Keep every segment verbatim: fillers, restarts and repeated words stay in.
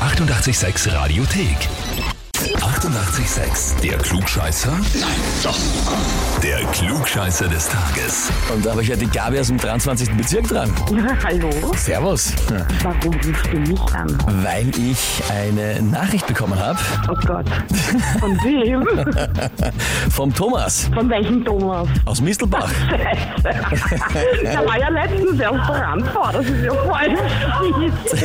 achtundachtzig Komma sechs Radiothek. achtundachtzig Komma sechs, der Klugscheißer? Nein, doch. Der Klugscheißer des Tages. Und da habe ich ja die Gabi aus dem dreiundzwanzigsten Bezirk dran. Hallo? Servus. Warum rufst du mich an? Weil ich eine Nachricht bekommen habe. Oh Gott. Von wem? Vom Thomas. Von welchem Thomas? Aus Mistelbach. Der war ja letztens erst dran vor. Das ist ja voll fies.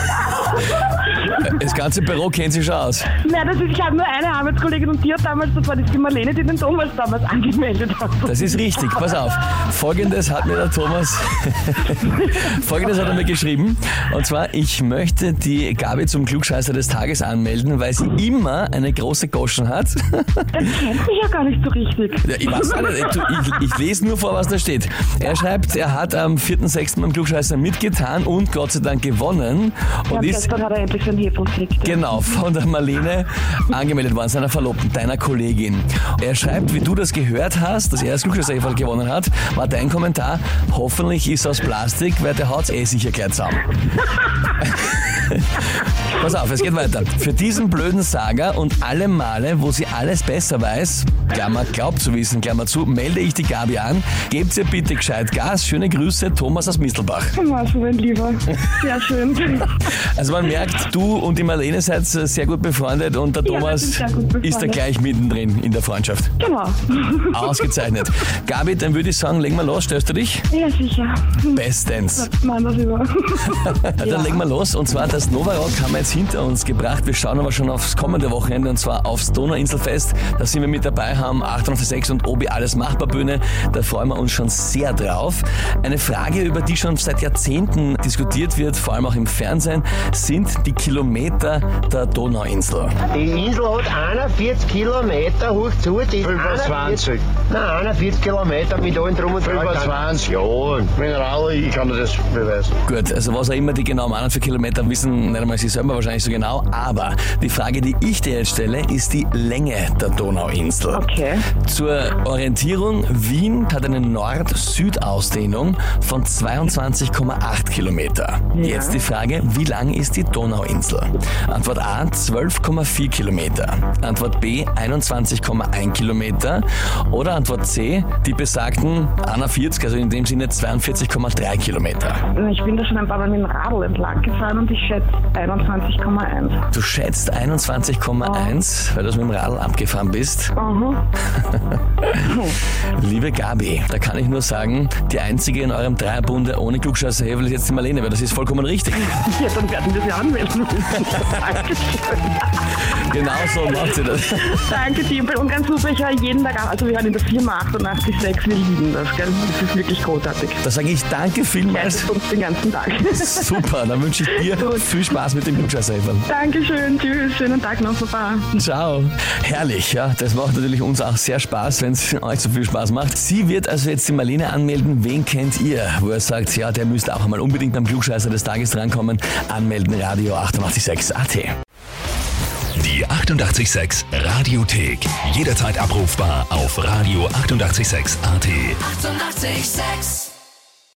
Das ganze Büro kennt sich schon aus. Nein, das ist, ich habe nur eine Arbeitskollegin und die hat damals, das war die Marlene, die den Thomas damals angemeldet hat. Das ist richtig, pass auf. Folgendes hat mir der Thomas, Folgendes hat er mir geschrieben. Und zwar, ich möchte die Gabi zum Klugscheißer des Tages anmelden, weil sie immer eine große Goschen hat. Das kennt mich ja gar nicht so richtig. Ja, ich weiß nicht, ich, ich lese nur vor, was da steht. Er schreibt, er hat am vierten sechsten beim Klugscheißer mitgetan und Gott sei Dank gewonnen. Und Ja, ist gestern hat er endlich seinen Hefe gekriegt. genau von der Marlene angemeldet worden, seiner Verlobten, deiner Kollegin. Er schreibt, wie du das gehört hast, dass er das Klugscheißer gewonnen hat, war dein Kommentar, hoffentlich ist aus Plastik, weil der haut's eh sicher gleich zusammen. Pass auf, es geht weiter. Für diesen blöden Saga und alle Male, wo sie alles besser weiß, Klammer, glaubt zu wissen, Klammer zu, melde ich die Gabi an. Gebt ihr bitte gescheit Gas. Schöne Grüße, Thomas aus Mistelbach. Was für ein Lieber. Sehr schön. Also man merkt, du und die Marlene seid sehr gut befreundet und der Ja, wir Thomas sind sehr gut befreundet. ist da gleich mittendrin in der Freundschaft. Genau. Ausgezeichnet. Gabi, dann würde ich sagen, legen wir los. Stellst du dich? Ja, sicher. Bestens. Mann, das über. Dann Ja. legen wir los. Und zwar das Novarock haben wir jetzt hinter uns gebracht. Wir schauen aber schon aufs kommende Wochenende und zwar aufs Donauinselfest. Da sind wir mit dabei, haben achtundachtzig Komma sechs und Obi Alles Machbar Bühne. Da freuen wir uns schon sehr drauf. Eine Frage, über die schon seit Jahrzehnten diskutiert wird, vor allem auch im Fernsehen, sind die Kilometer der Donauinsel. Die Insel hat einundvierzig Kilometer hoch zu. Die fünfundzwanzig. Nein, einundvierzig Kilometer mit allen drum und dran. fünfundzwanzig, ja. Minerale, ich kann dir das beweisen. Gut, also was auch immer die genauen Meinungen für Kilometer wissen, nicht einmal sie selber wahrscheinlich so genau. Aber die Frage, die ich dir jetzt stelle, ist die Länge der Donauinsel. Okay. Zur Orientierung, Wien hat eine Nord-Süd-Ausdehnung von zweiundzwanzig Komma acht Kilometer. Ja. Jetzt die Frage, wie lang ist die Donauinsel? Antwort A, zwölf Komma vier Kilometer. Antwort B, einundzwanzig Komma eins Kilometer. Oder Antwort C, die besagten einundvierzig, also in dem Sinne zweiundvierzig Komma drei Kilometer. Ich bin da schon ein paar Mal mit dem Radl entlang gefahren und ich schätze einundzwanzig Komma eins. Du schätzt einundzwanzig Komma eins, weil du mit dem Radl abgefahren bist. Mhm. Liebe Gabi, da kann ich nur sagen, die einzige in eurem Dreierbunde ohne Klugscheißerhebel ist jetzt die Marlene, weil das ist vollkommen richtig. Ja, dann werden wir sie anmelden. Dankeschön. Genau so macht sie das. Danke, Timpel. Und ganz super, ich höre jeden Tag, also wir hören in der Firma achtundachtzig Komma sechs, wir lieben das, gell? Das ist wirklich großartig. Da sage ich danke Ja, vielmals. das uns den ganzen Tag. Super, dann wünsche ich dir Gut. viel Spaß mit dem Klugscheißerhebel. Dankeschön, tschüss, schönen Tag noch, Papa. Ciao. Herrlich, ja. Das macht natürlich uns auch sehr Spaß, wenn es euch so viel Spaß macht. Sie wird also jetzt die Marlene anmelden. Wen kennt ihr? Wo er sagt, ja, der müsste auch einmal unbedingt beim Klugscheißer des Tages drankommen. Anmelden, Radio achtundachtzig Komma sechs A T. Die achtundachtzig Komma sechs Radiothek. Jederzeit abrufbar auf Radio achtundachtzig Komma sechs A T. achtundachtzig Komma sechs